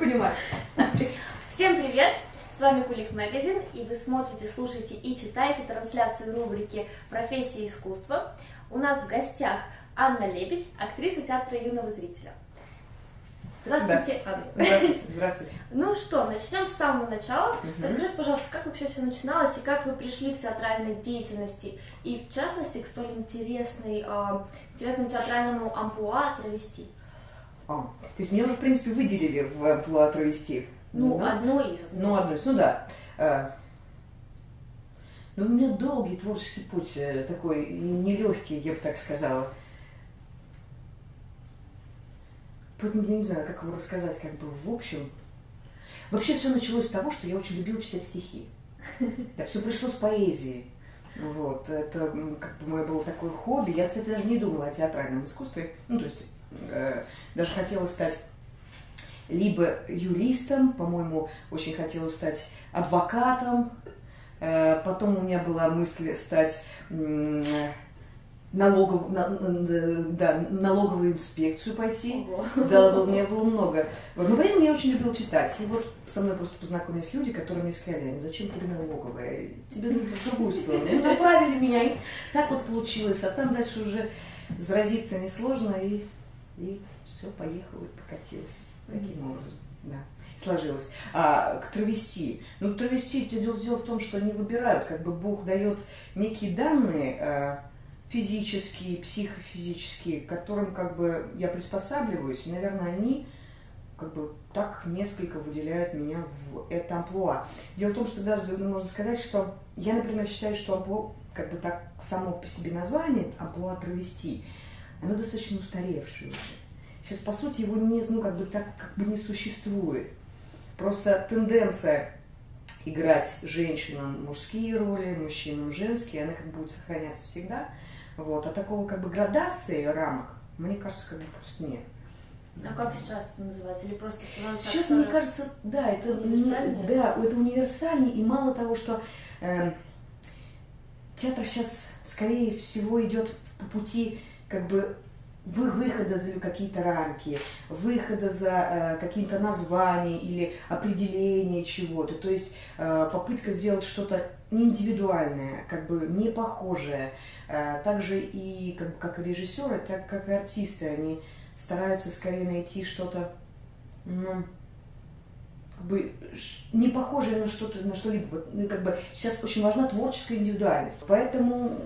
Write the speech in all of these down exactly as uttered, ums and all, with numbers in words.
понимаю. Всем привет! С вами Кулик Магазин, и вы смотрите, слушаете и читаете трансляцию рубрики «Профессия и искусство». У нас в гостях Анна Лебедь, актриса театра юного зрителя. Здравствуйте, да. Анна. Здравствуйте, здравствуйте. Ну что, начнем с самого начала. Угу. Расскажите, пожалуйста, как вообще все начиналось и как вы пришли к театральной деятельности и, в частности, к столь интересной, э, интересному театральному амплуа травести? А, то есть меня уже, в принципе, выделили в амплуа травести. Ну, ну, одно из. Ну, одно из, ну да. А, ну, у меня долгий творческий путь, такой нелегкий, я бы так сказала. Поэтому я не знаю, как его рассказать, как бы в общем. Вообще все началось с того, что я очень любила читать стихи. Да, все пришло с поэзии. Вот, это как бы мое было такое хобби. Я, кстати, даже не думала о театральном искусстве. Ну, то есть, э, даже хотела стать либо юристом, по-моему, очень хотела стать адвокатом. Э, потом у меня была мысль стать э, налогов, на, да, налоговую инспекцию пойти. Да, да, у меня было много. Но при этом я очень любила читать. И вот со мной просто познакомились люди, которые мне сказали: зачем тебе налоговая? Тебе нужно в другую сторону. Ну, направили меня, и так вот получилось. А там дальше уже заразиться несложно, и, и все, поехало и покатилось. Таким образом, да, сложилось. А к травести. Ну, к травести дело, дело в том, что они выбирают, как бы Бог дает некие данные, физические, психофизические, к которым как бы я приспосабливаюсь, и, наверное, они как бы так несколько выделяют меня в это амплуа. Дело в том, что даже можно сказать, что я, например, считаю, что амплуа, как бы так само по себе название, амплуа травести, оно достаточно устаревшее. Сейчас, по сути, его не, ну, как бы так как бы не существует. Просто тенденция играть женщинам мужские роли, мужчинам женские, она как бы будет сохраняться всегда. Вот. А такого как бы градации рамок, мне кажется, как бы просто нет. А как сейчас это называется? Или просто становится Сейчас, мне кажется, да, это универсальнее. Да, это универсальнее, и мало того, что э, театр сейчас, скорее всего, идет по пути как бы выхода за какие-то рамки, выхода за э, какие-то названия или определения чего-то. То есть э, попытка сделать что-то не индивидуальное, как бы не похожее. Э, также и как, как и режиссеры, так как и артисты, они стараются скорее найти что-то, ну, как бы не похожее на что-то, на что-либо. Ну, как бы сейчас очень важна творческая индивидуальность. Поэтому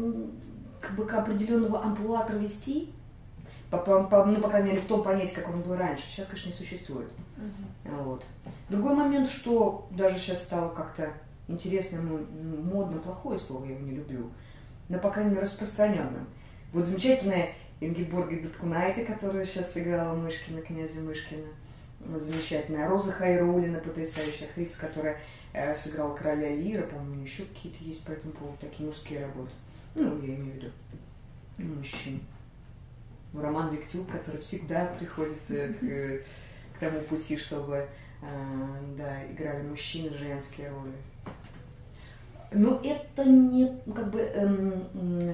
как бы к определенного амплуа травести, По, по, по, ну, по крайней мере, в том понятии, как он был раньше, сейчас, конечно, не существует. Uh-huh. Вот. Другой момент, что даже сейчас стало как-то интересно, ну, модно, плохое слово, я его не люблю, но, по крайней мере, распространенным. Вот замечательная Ингеборга Дапкунайте, которая сейчас сыграла Мышкина, князя Мышкина, замечательная Роза Хайруллина, потрясающая актриса, которая э, сыграла короля Лира, по-моему, еще какие-то есть по этому поводу такие мужские работы. Ну, я имею в виду мужчин. Роман Виктюк, который всегда приходит к, к тому пути, чтобы да, играли мужчины женские роли. Но это не, ну, как бы, эм,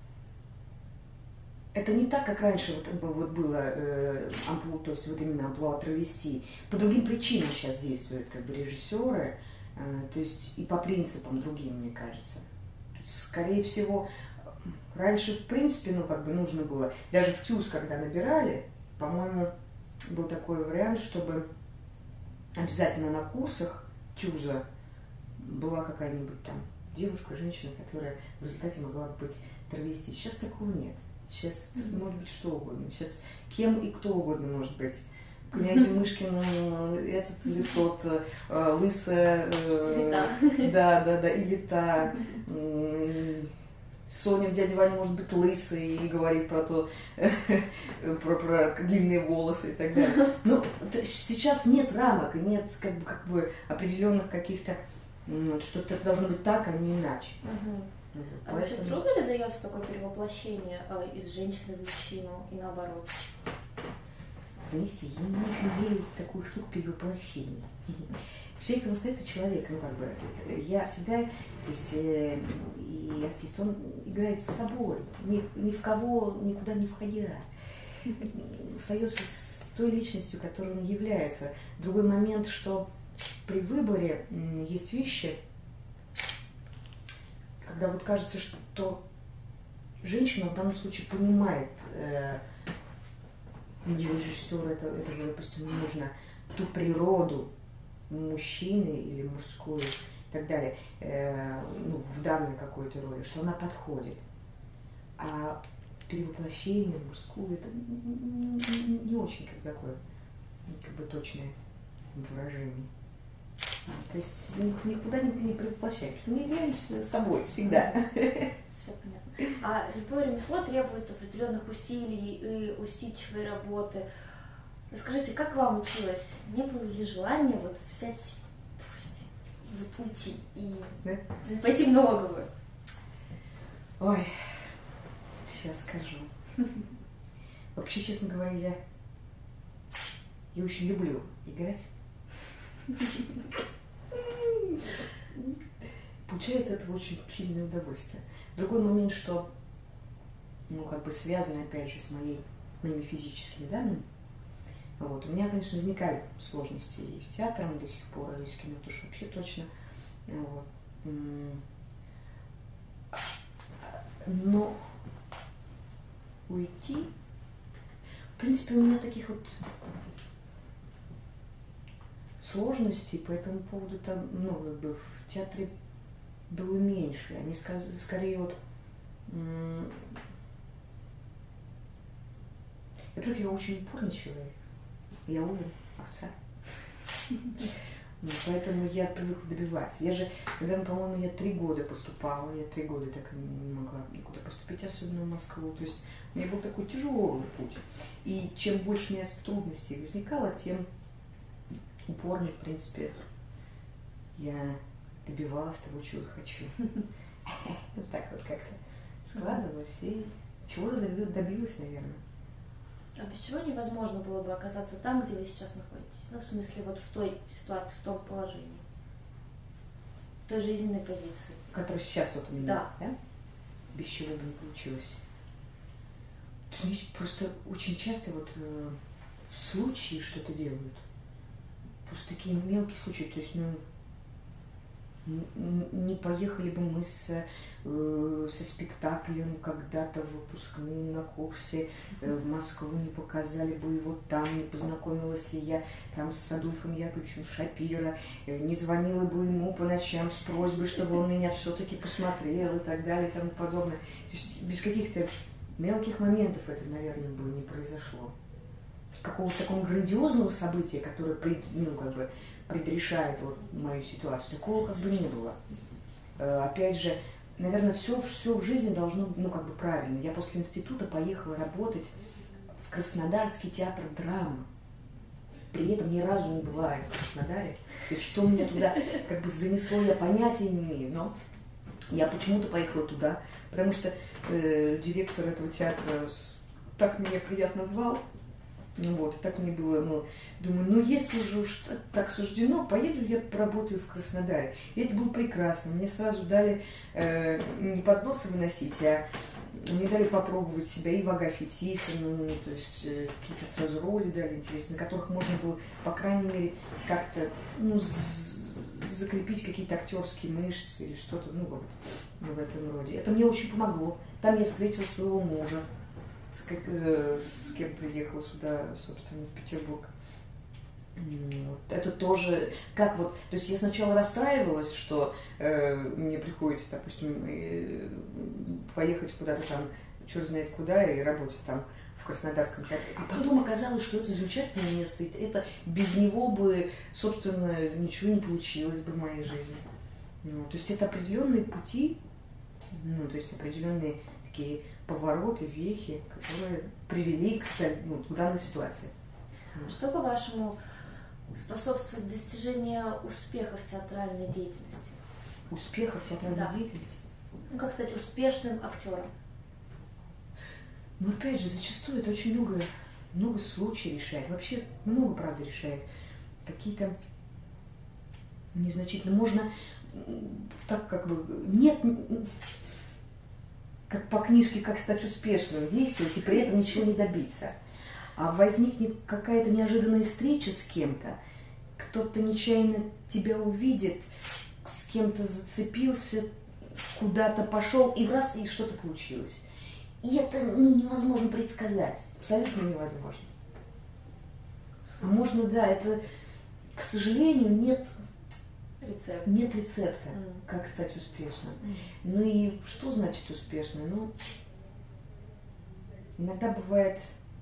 это не так, как раньше вот, вот было э, амплуа, то есть вот именно амплуа травести. По другим причинам сейчас действуют как бы режиссеры, э, то есть и по принципам другим, мне кажется. Тут, скорее всего, раньше, в принципе, ну, как бы нужно было, даже в ТЮЗ, когда набирали, по-моему, был такой вариант, чтобы обязательно на курсах ТЮЗа была какая-нибудь там девушка, женщина, которая в результате могла быть травести. Сейчас такого нет. Сейчас mm-hmm. может быть что угодно. Сейчас кем и кто угодно может быть. Князю Мышкину этот или тот, э, лысая, э, да, да, да, или та. Э, Соня в «Дяде Ване» может быть лысой и говорит про то, про, про длинные волосы и так далее. Но сейчас нет рамок, нет как бы, как бы определенных каких-то, что это должно быть так, а не иначе. Угу. Вот, а вообще трудно ли дается такое перевоплощение э, из женщины в мужчину и наоборот? Знаете, я не очень верю в такую штуку перевоплощения. Человек остается человек, ну как бы, я всегда, то есть э, и артист, он играет с собой, ни, ни в кого, никуда не входя, остается с той личностью, которой он является. Другой момент, что при выборе есть вещи, когда вот кажется, что женщина в данном случае понимает, э, режиссеру это, это, допустим, нужно, ту природу мужчины или мужскую и так далее, э, ну, в данной какой-то роли, что она подходит. А перевоплощение мужскую, это не, не очень как такое, как бы точное выражение. То есть никуда нигде не перевоплощаемся. Мы являемся собой всегда. Все понятно. А любое ремесло требует определенных усилий и усидчивой работы. Скажите, как вам училось? Не было ли желания вот взять, просто, вот уйти и да? пойти в налоговую? Ой, сейчас скажу. Вообще, честно говоря, я, я очень люблю играть. Получается это очень сильное удовольствие. Другой момент, что, ну, как бы связано, опять же, с моей, моими физическими данными. Вот. У меня, конечно, возникали сложности и с театром до сих пор, и с кино тоже вообще точно. Вот. Но уйти, в принципе, у меня таких вот сложностей по этому поводу там много было. В театре было меньше. Они скорее вот... Во-первых, я очень упорный человек. Я умер, овца. Поэтому я привыкла добиваться. Я же, наверное, по-моему, я три года поступала. Я три года так не могла никуда поступить, особенно в Москву. То есть у меня был такой тяжелый путь. И чем больше у меня трудностей возникало, тем упорнее, в принципе, я добивалась того, чего я хочу. Вот так вот как-то складывалось и чего-то добилась, наверное. А без чего невозможно было бы оказаться там, где вы сейчас находитесь? Ну, в смысле, вот в той ситуации, в том положении, в той жизненной позиции. Которая сейчас вот у меня, да? да? Без чего бы не получилось. То есть просто очень часто вот э, случаи что-то делают. Просто такие мелкие случаи, то есть, ну, не поехали бы мы с, э, со спектаклем когда-то выпускным на курсе э, в Москву, не показали бы его там, не познакомилась ли я там с Адольфом Яковлевичем Шапиро, э, не звонила бы ему по ночам с просьбой, чтобы он меня все-таки посмотрел и так далее и тому подобное. То есть без каких-то мелких моментов это, наверное, бы не произошло. Какого-то такого грандиозного события, которое, ну, как бы, предрешает вот мою ситуацию, такого как бы не было. Э, опять же, наверное, все, все в жизни должно быть, ну, как бы правильно. Я после института поехала работать в Краснодарский театр драмы. При этом ни разу не была в Краснодаре. То есть что меня туда как бы занесло, я понятия не имею. Но я почему-то поехала туда, потому что э, директор этого театра так меня приятно звал. Ну вот, и так мне было, ну, думаю, ну если уже уж так суждено, поеду я поработаю в Краснодаре. И это было прекрасно. Мне сразу дали э, не подносы выносить, а мне дали попробовать себя и в Агафье Тихоновне, то есть э, какие-то сразу роли дали интересные, на которых можно было, по крайней мере, как-то, ну, закрепить какие-то актерские мышцы или что-то, ну, вот, в этом роде. Это мне очень помогло. Там я встретила своего мужа, С, как, э, с кем приехала сюда, собственно, в Петербург. Вот. Это тоже, как вот, то есть я сначала расстраивалась, что э, мне приходится, допустим, э, поехать куда-то там, черт знает куда, и работать там в Краснодарском театре. А потом оказалось, что это замечательное место, и это без него бы, собственно, ничего не получилось бы в моей жизни. Ну, то есть это определенные пути, ну, то есть определенные такие повороты, вехи, которые привели к, ну, к данной ситуации. Что, по-вашему, способствует достижению успеха в театральной деятельности? Успеха в театральной да. деятельности? Ну, как стать успешным актером? Ну, опять же, зачастую это очень много, много случаев решает. Вообще много, правда, решает. Какие-то незначительно. Можно так как бы... Нет... Как по книжке «Как стать успешным», действовать и при этом ничего не добиться. а возникнет какая-то неожиданная встреча с кем-то, кто-то нечаянно тебя увидит, с кем-то зацепился, куда-то пошел, и в раз, и что-то получилось. И это ну, невозможно предсказать, абсолютно невозможно. А можно, да, это, к сожалению, нет... Рецепт. Нет рецепта, mm. как стать успешным. Mm. Ну и что значит успешным? Ну, иногда бывает,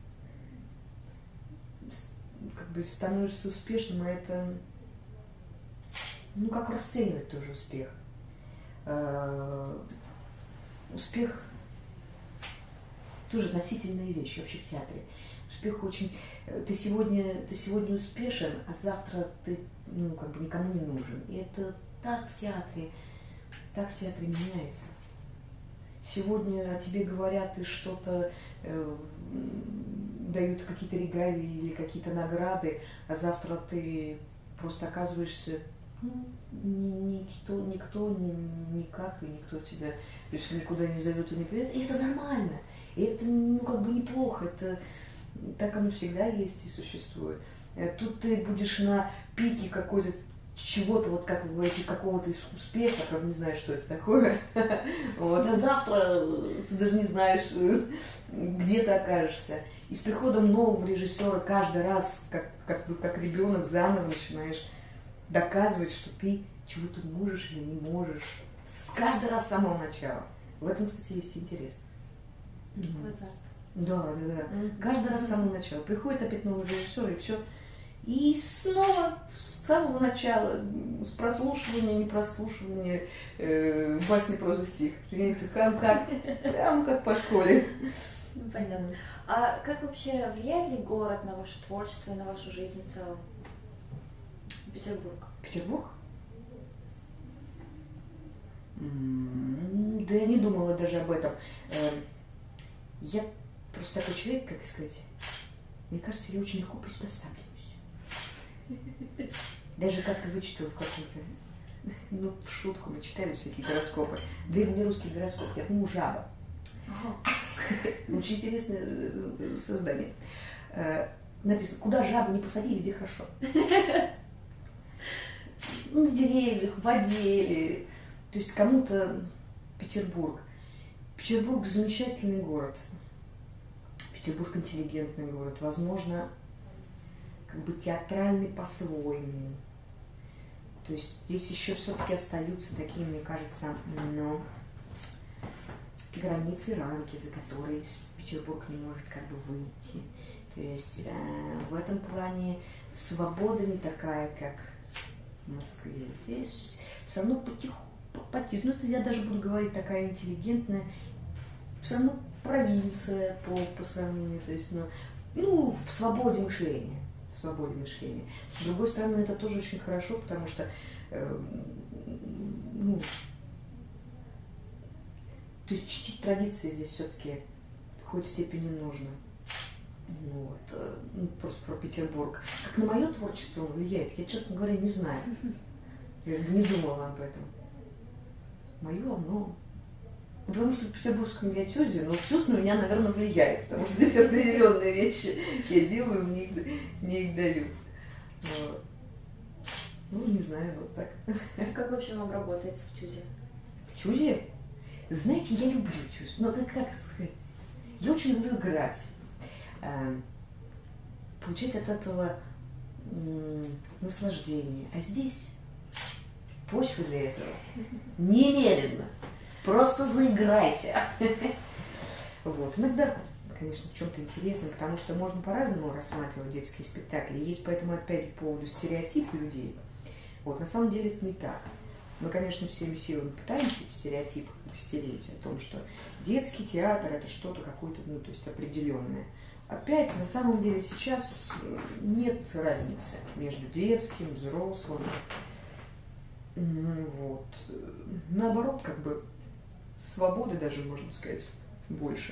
как бы становишься успешным, а это, ну, как расценивать тоже успех. Uh, успех тоже относительная вещь вообще в театре. Успех очень... Ты сегодня, ты сегодня успешен, а завтра ты ну, как бы никому не нужен. И это так в театре, так в театре меняется. Сегодня о тебе говорят и что-то э, дают какие-то регалии или какие-то награды, а завтра ты просто оказываешься ну, никто, никто, ни, никак, и никто тебя, то есть никуда не зовет и не придет. И это нормально. И это ну, как бы неплохо. Это так оно всегда есть и существует. Тут ты будешь на пике какой-то чего-то, вот как вы говорите, какого-то успеха, как не знаю, что это такое. Вот. А завтра ты даже не знаешь, где ты окажешься. И с приходом нового режиссера каждый раз, как, как, как ребенок, заново начинаешь доказывать, что ты чего-то можешь или не можешь. С каждый раз с самого начала. В этом, кстати, есть интерес. Азарт. Да, да, да. Mm-hmm. Каждый раз с самого начала. Приходит опять новый режиссер, и все. И снова с самого начала, с прослушивания, непрослушивания, э, басни, проза, стих. Прям как, прям как по школе. Понятно. А как вообще влияет ли город на ваше творчество и на вашу жизнь в целом? Петербург. Петербург? Mm-hmm. Да я не думала даже об этом. Я просто такой человек, как сказать, мне кажется, я очень легко приспосабливаюсь. Даже как-то вычитала в каком-то, ну, в шутку мы читали всякие гороскопы. Древний русский гороскоп, я думаю, жаба. Очень интересное создание. Написано, куда жабу не посади, везде хорошо. На деревьях, в воде. То есть кому-то Петербург. Петербург замечательный город. Петербург интеллигентный город. Возможно, как бы театральный по-своему. То есть здесь еще все-таки остаются такие, мне кажется, ну, границы, рамки, за которые Петербург не может как бы выйти. То есть э, в этом плане свобода не такая, как в Москве. Здесь все равно потихоньку, потихоньку, ну, я даже буду говорить такая интеллигентная, все равно провинция по, по сравнению, то есть, ну, ну, в свободе мышления. В свободе мышления. С другой стороны, это тоже очень хорошо, потому что э, ну, то есть чтить традиции здесь все-таки в какой-то степени нужно. Вот. Ну, просто про Петербург. Как на мое творчество он влияет, я, честно говоря, не знаю. Я не думала об этом. Мое, оно... Потому что в петербургском я тёзе, но тёз на меня, наверное, влияет, потому что здесь определенные вещи я делаю, мне их, мне их дают. Вот. Ну, не знаю, вот так. Как вообще вам работается в тюзе? В тюзе? Знаете, я люблю тюз. Ну, как, как сказать? Я очень люблю играть. Получать от этого м- наслаждение. А здесь почва для этого немедленно. Просто заиграйся. Вот. Иногда, конечно, в чем-то интересно, потому что можно по-разному рассматривать детские спектакли. Есть поэтому опять по поводу стереотипа людей. Вот. На самом деле это не так. Мы, конечно, всеми силами пытаемся эти стереотипы стереть о том, что детский театр это что-то какое-то, ну, то есть определенное. Опять, на самом деле, сейчас нет разницы между детским, взрослым. Вот. Наоборот, как бы свободы даже, можно сказать, больше.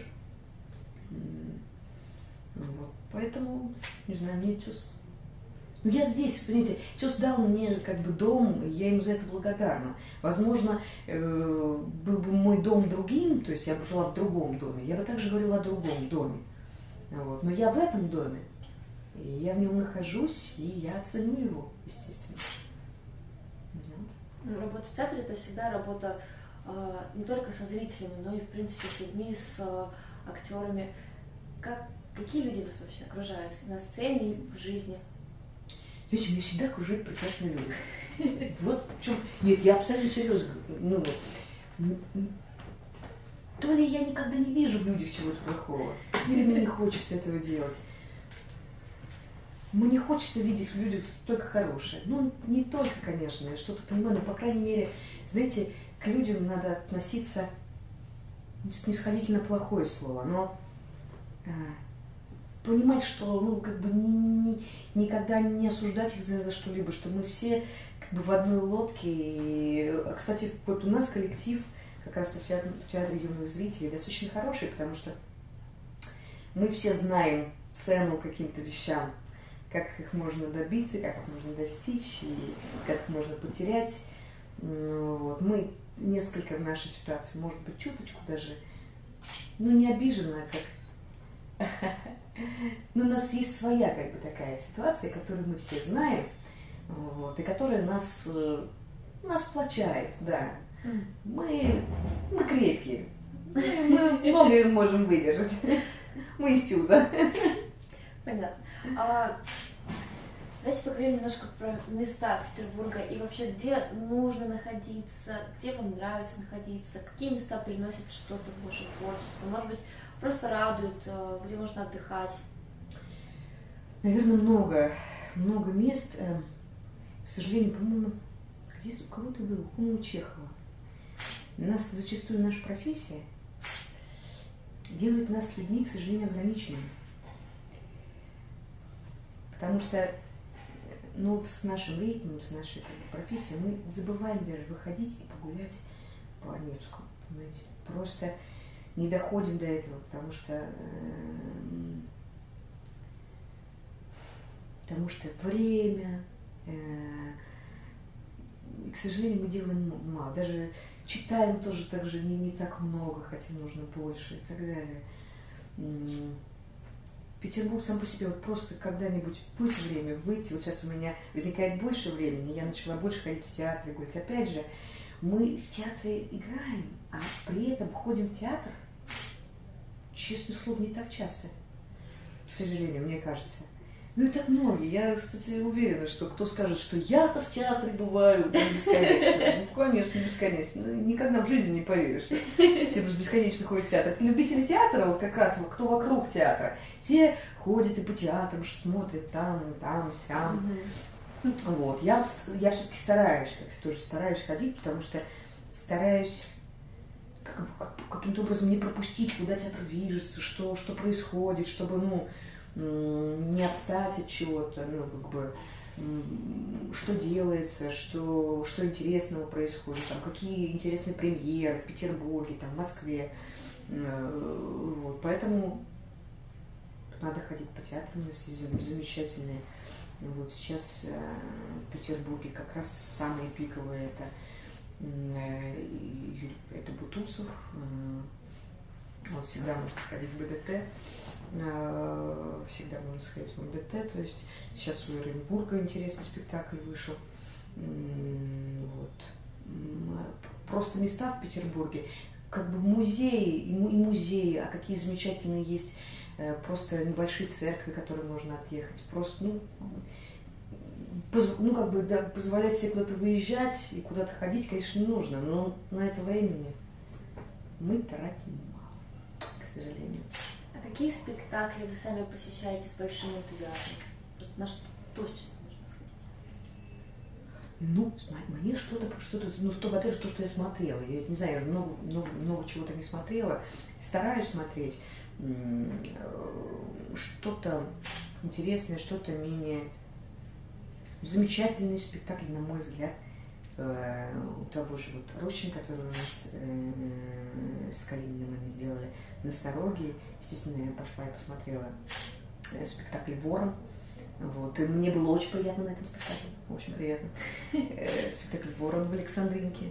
Вот. Поэтому, не знаю, мне тёз... Ну, я здесь, понимаете, тёз дал мне как бы дом, и я ему за это благодарна. Возможно, э, был бы мой дом другим, то есть я бы жила в другом доме, я бы также говорила о другом доме. Вот. Но я в этом доме, и я в нем нахожусь, и я ценю его, естественно. Вот. Ну, работа в театре – это всегда работа э, не только со зрителями, но и, в принципе, с людьми, с э, актерами. Как, какие люди вас вообще окружают на сцене и в жизни? Знаете, меня всегда окружают прекрасные люди. Вот в чем. Нет, я абсолютно серьезно говорю. Ну, то ли я никогда не вижу в людях чего-то плохого, или мне не хочется этого делать. Мне хочется видеть в людях только хорошее. Ну, не только, конечно, я что-то понимаю, но, по крайней мере, знаете, к людям надо относиться снисходительно плохое слово, но а, понимать, что, ну, как бы ни, ни, никогда не осуждать их за, за что-либо, что мы все как бы в одной лодке. И, кстати, вот у нас коллектив как раз в театре, в театре юных зрителей достаточно хороший, потому что мы все знаем цену каким-то вещам, как их можно добиться, как их можно достичь и как их можно потерять. Ну, вот. Мы несколько в нашей ситуации, может быть, чуточку даже, ну, не обижена, как... Но у нас есть своя, как бы, такая ситуация, которую мы все знаем, вот, и которая нас, нас сплочает, да. Мы, мы крепкие, мы многое можем выдержать. Мы из тюза. Понятно. А, давайте поговорим немножко про места Петербурга и вообще, где нужно находиться, где вам нравится находиться, какие места приносят что-то в ваше творчество, может быть, просто радуют, где можно отдыхать. Наверное, много, много мест. К сожалению, по-моему, где у кого-то было, по-моему, у Чехова. Нас зачастую наша профессия делает нас людьми, к сожалению, ограниченными. Потому что, ну, с нашим ритмом, с нашей профессией мы забываем даже выходить и погулять по Невскому, понимаете. Просто не доходим до этого, потому что, э, потому что время, э, и, к сожалению, мы делаем мало. Даже читаем тоже так же не, не так много, хотя нужно больше и так далее. Петербург сам по себе, вот просто когда-нибудь будет время выйти, вот сейчас у меня возникает больше времени, я начала больше ходить в театр, говорить, опять же, мы в театре играем, а при этом ходим в театр, честное слово, не так часто, к сожалению, мне кажется. Ну и так многие, я, кстати, уверена, что кто скажет, что я-то в театре бываю бесконечно, ну, конечно, бесконечно, ну, никогда в жизни не поверишь, что все бесконечно ходят в театр. Любители театра, вот как раз, вот, кто вокруг театра, те ходят и по театрам, смотрят там, там, сям. Mm-hmm. Вот. Я, я все-таки стараюсь, как-то тоже стараюсь ходить, потому что стараюсь как, как, каким-то образом не пропустить, куда театр движется, что, что происходит, чтобы, ну, не отстать от чего-то, ну, как бы, что делается, что, что интересного происходит, там, какие интересные премьеры в Петербурге, там, в Москве. Вот, поэтому надо ходить по театрам, у нас есть замечательные. Вот сейчас в Петербурге как раз самые пиковые это, это Бутусов. Вот всегда можно сходить в БДТ. Всегда можно сходить в МДТ, то есть сейчас у Оренбурга интересный спектакль вышел. Вот. Просто места в Петербурге, как бы музеи и музеи, а какие замечательные есть просто небольшие церкви, к которым можно отъехать. Просто, ну, поз, ну как бы, да, позволять себе куда-то выезжать и куда-то ходить, конечно, не нужно, но на это времени мы тратим мало, к сожалению. А какие спектакли вы сами посещаете с большим энтузиазмом? На что точно нужно сходить? Ну, мне что-то, что-то, ну, то, во-первых, то, что я смотрела. Я не знаю, я много, много, много чего-то не смотрела. Стараюсь смотреть что-то интересное, что-то менее замечательный спектакль, на мой взгляд, у того же вот Рощин, который у нас с Калининым они сделали «Носороги». Естественно, я пошла и посмотрела спектакль «Ворон». Вот. И мне было очень приятно на этом спектакле, очень приятно. Спектакль «Ворон» в Александринке.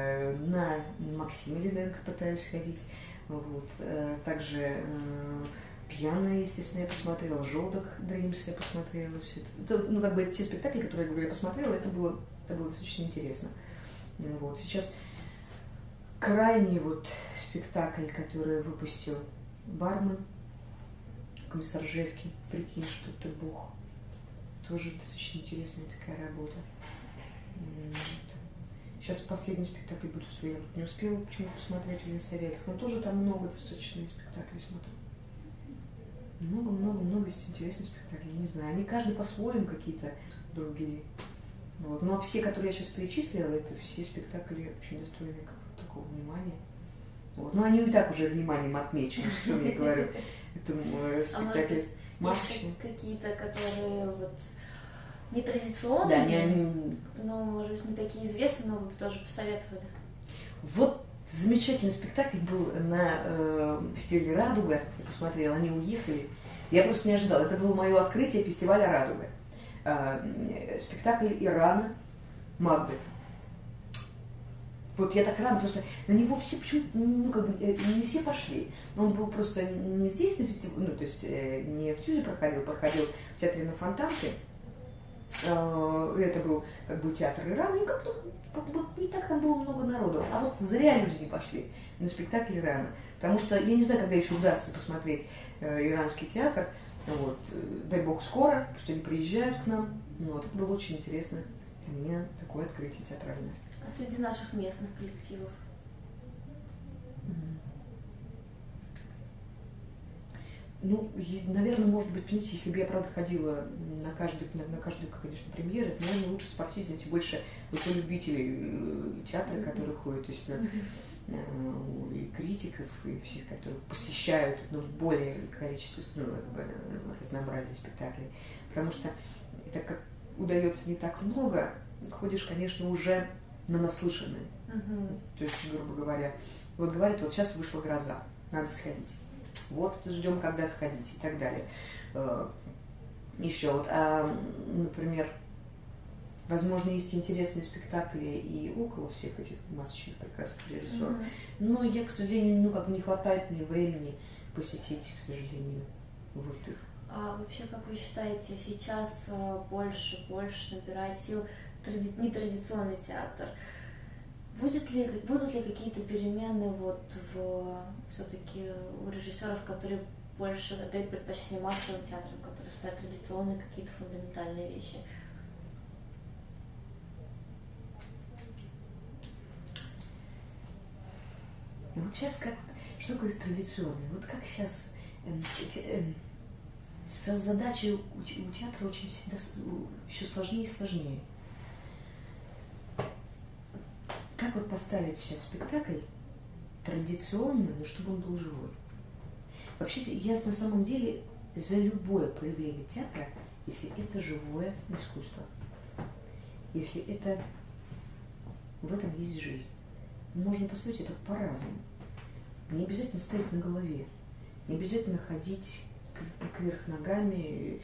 На Максиме Лиденко пытаюсь ходить. Вот. Также Пьяная, естественно, я посмотрела, Желток Дримс я посмотрела. Все это, это, ну, как бы те спектакли, которые я говорю, я посмотрела, это было, это было достаточно интересно. Вот. Сейчас крайний вот спектакль, который выпустил Бармен, комиссар Жевкин, прикинь, что ты бог. Тоже достаточно интересная такая работа. Сейчас последний спектакль буду свой, я не успела почему-то посмотреть в Ленсоветах, но тоже там много достаточно спектаклей смотрю. Много-много-много есть интересных спектаклей, не знаю, они каждый по-своему какие-то другие. Вот. Но все, которые я сейчас перечислила, это все спектакли очень достойны такого внимания. Вот. Но они и так уже вниманием отмечены, что я говорю. Это спектакли масочные. Какие-то, которые вот нетрадиционные, да, не они... но, может быть, не такие известные, но вы бы тоже посоветовали. Вот замечательный спектакль был на э, фестивале «Радуга». Я посмотрела, они уехали. Я просто не ожидала. Это было мое открытие фестиваля «Радуга». Э, спектакль Ирана «Макбет». Вот я так рада, потому что на него все почему-то, ну, как бы, не все пошли. Он был просто не здесь на фестивале, ну, то есть э, не в Тюзе проходил, проходил в театре на Фонтанке. Это был как бы театр Ирана, и как-то как бы, не так там было много народу. А вот зря люди не пошли на спектакль Ирана. Потому что я не знаю, когда еще удастся посмотреть э, иранский театр. Вот. Дай бог скоро, пусть они приезжают к нам. Вот. Это было очень интересно для меня такое открытие театральное. А среди наших местных коллективов? Ну, наверное, может быть, понимаете, если бы я, правда, ходила на каждую, на, на каждую, конечно, премьеру, это, наверное, лучше спросить, знаете, больше вот, любителей театра, mm-hmm. которые ходят, то есть mm-hmm. и критиков, и всех, которые посещают, ну, более количество, ну, разнообразие спектаклей. Потому что, так как удается не так много, ходишь, конечно, уже на наслышанное. Mm-hmm. То есть, грубо говоря, вот говорят, вот сейчас вышла гроза, надо сходить. Вот ждем, когда сходить и так далее. Еще вот, а, например, возможно, есть интересные спектакли и около всех этих масочных прекрасных режиссеров. Mm-hmm. Но я, к сожалению, ну как бы не хватает мне времени посетить, к сожалению, вот их. А вообще, как вы считаете, сейчас больше, больше набирает сил тради... нетрадиционный театр? Будет ли, будут ли какие-то перемены вот в все-таки у режиссеров, которые больше дают предпочтение массовым театрам, которые ставят традиционные какие-то фундаментальные вещи? Ну вот сейчас как, что такое традиционное? Вот как сейчас э, э, э, задачи у, у театра очень всегда еще сложнее и сложнее. Как вот поставить сейчас спектакль традиционно, но чтобы он был живой? Вообще, я на самом деле за любое проявление театра, если это живое искусство, если это в этом есть жизнь. Можно поставить это по-разному. Не обязательно стоять на голове, не обязательно ходить кверх ногами,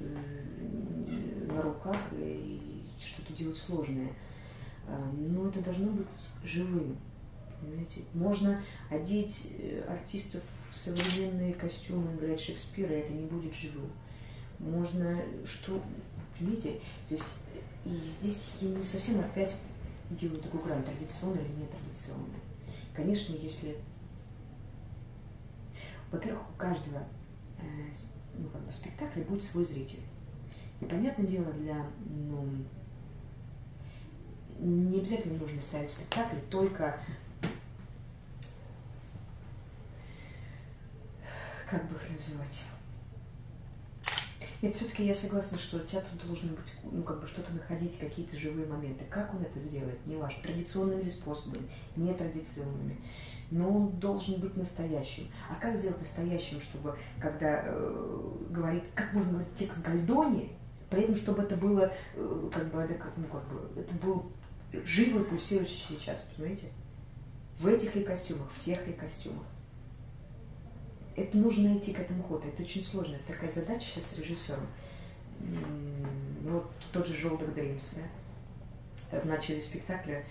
на руках и что-то делать сложное. Но это должно быть живым, понимаете? Можно одеть артистов в современные костюмы, играть Шекспира, и это не будет живым. Можно, что, понимаете, то есть и здесь я не совсем опять делаю такую грань, традиционно или нетрадиционно. Конечно, если, во-первых, у каждого ну, как бы, спектакля будет свой зритель. И, понятное дело, для, ну, не обязательно нужно ставить спектакль только, как бы их называть. Нет, все-таки я согласна, что театр должен быть, ну, как бы что-то находить, какие-то живые моменты. Как он это сделает, не важно, традиционными ли способами, нетрадиционными. Но он должен быть настоящим. А как сделать настоящим, чтобы, когда э, говорит, как можно говорить текст Гальдони, при этом, чтобы это было, э, как бы, это, ну, как бы, это был живо пульсирующий сейчас, понимаете? В этих ли костюмах, в тех ли костюмах. Это нужно найти к этому ходу. Это очень сложно. Это такая задача сейчас с режиссером. Вот тот же Желток Дримс, да? В начале спектакля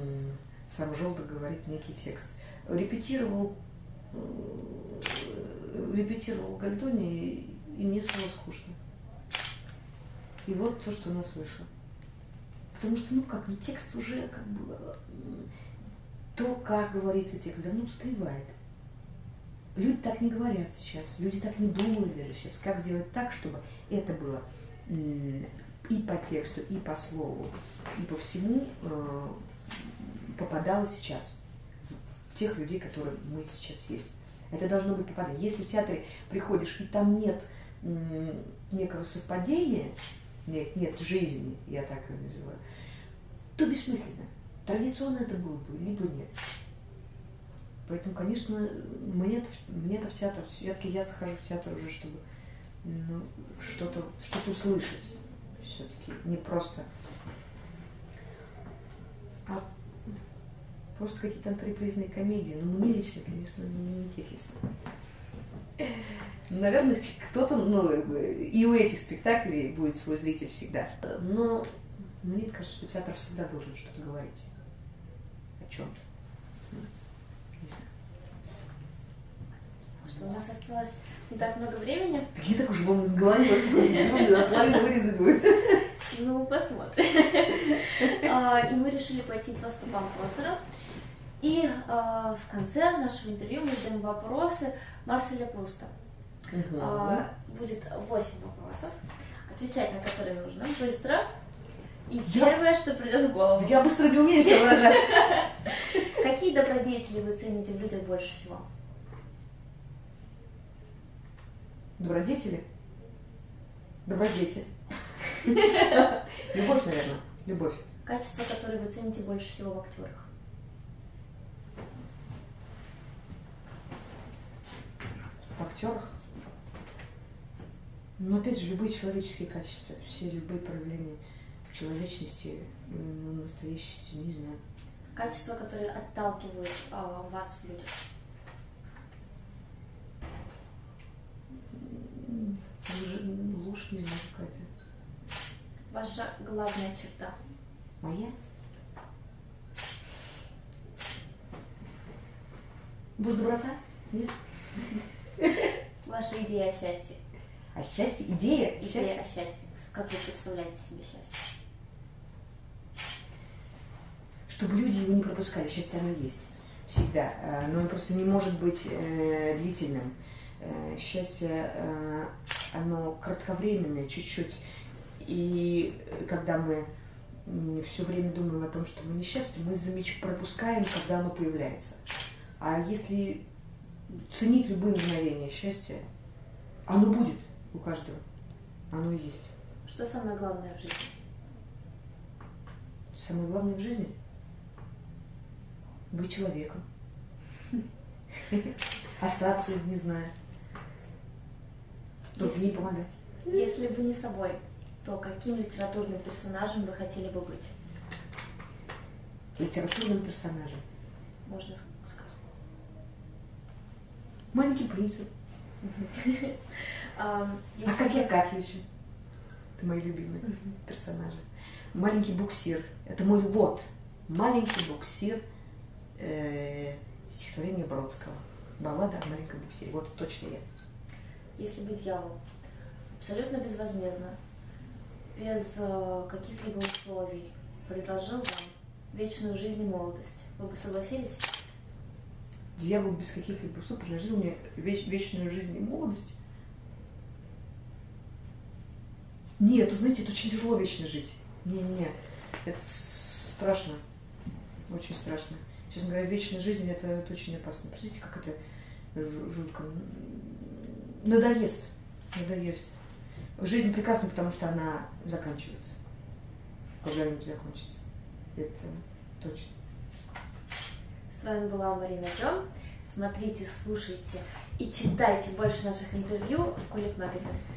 сам Желток говорит некий текст. Репетировал репетировал Гальдони, и, и мне стало скучно. И вот то, что у нас вышло. Потому что, ну как, ну текст уже как бы, то, как говорится текст, давно устаревает. Люди так не говорят сейчас, люди так не думают даже сейчас, как сделать так, чтобы это было и по тексту, и по слову, и по всему э, попадало сейчас в, в тех людей, которые мы сейчас есть. Это должно быть попадание. Если в театре приходишь, и там нет м, некого совпадения, нет, нет жизни, я так ее называю, то бессмысленно. Традиционно это было бы, либо нет. Поэтому, конечно, мне-то, мне-то в театр, все-таки я хожу в театр уже, чтобы ну, что-то, что-то услышать. Все-таки не просто, а просто какие-то антрепризные комедии. Но мне лично, конечно, не интересно. Наверное, кто-то, ну, и у этих спектаклей будет свой зритель всегда. Но мне кажется, что театр всегда должен что-то говорить о чем-то. Что у нас осталось не так много времени. Так я так уж вам говорила, что половину вырезать будет. Ну, посмотрим. И мы решили пойти по стопам Поттера. И в конце нашего интервью мы задаем вопросы Марселя Пруста. Будет восемь вопросов, отвечать на которые нужно быстро. И первое, что придет в голову. Я быстро не умею соображать. Какие добродетели вы цените в людях больше всего? Добродетели? Добродетель. Любовь, наверное. Любовь. Качество, которое вы цените больше всего в актерах? В актерах? Ну, опять же, любые человеческие качества, все любые проявления человечности, настоящести, не знаю. Качества, которые отталкивают а, вас в людях? Ложь, не знаю, какая-то. Ваша главная черта? Моя? Может, доброта? Нет? Ваша идея о счастье? О счастье? Идея? Идея счастье? О счастье. Как вы представляете себе счастье? Чтобы люди его не пропускали. Счастье оно есть. Всегда. Но он просто не может быть э, длительным. Э, счастье, э, оно кратковременное, чуть-чуть. И когда мы все время думаем о том, что мы несчастны, мы замеч... пропускаем, когда оно появляется. А если ценить любые мгновения счастья, оно будет у каждого. Оно и есть. Что самое главное в жизни? Самое главное в жизни? Быть человеком. Остаться, не знаю. Только не помогать. Если бы не собой, то каким литературным персонажем вы хотели бы быть? Литературным персонажем? Можно сказку. Маленький принц. А как я, как еще? Это мои любимые персонажи. Маленький буксир. Это мой вот. Маленький буксир. Стихотворение Бродского. Баллада о маленьком буксире. Вот точно я. Если бы дьявол абсолютно безвозмездно, без э, каких-либо условий предложил вам вечную жизнь и молодость, вы бы согласились? Дьявол без каких-либо условий предложил мне веч- вечную жизнь и молодость? Нет, вы знаете, это очень тяжело вечно жить. Не-не-не, это страшно, очень страшно. Честно говоря, вечная жизнь это, это очень опасно. Простите, как это жутко. Надоест, надоест. Жизнь прекрасна, потому что она заканчивается. Когда-нибудь закончится. Это точно. С вами была Марина Дём. Смотрите, слушайте и читайте больше наших интервью в Kulik Magazine.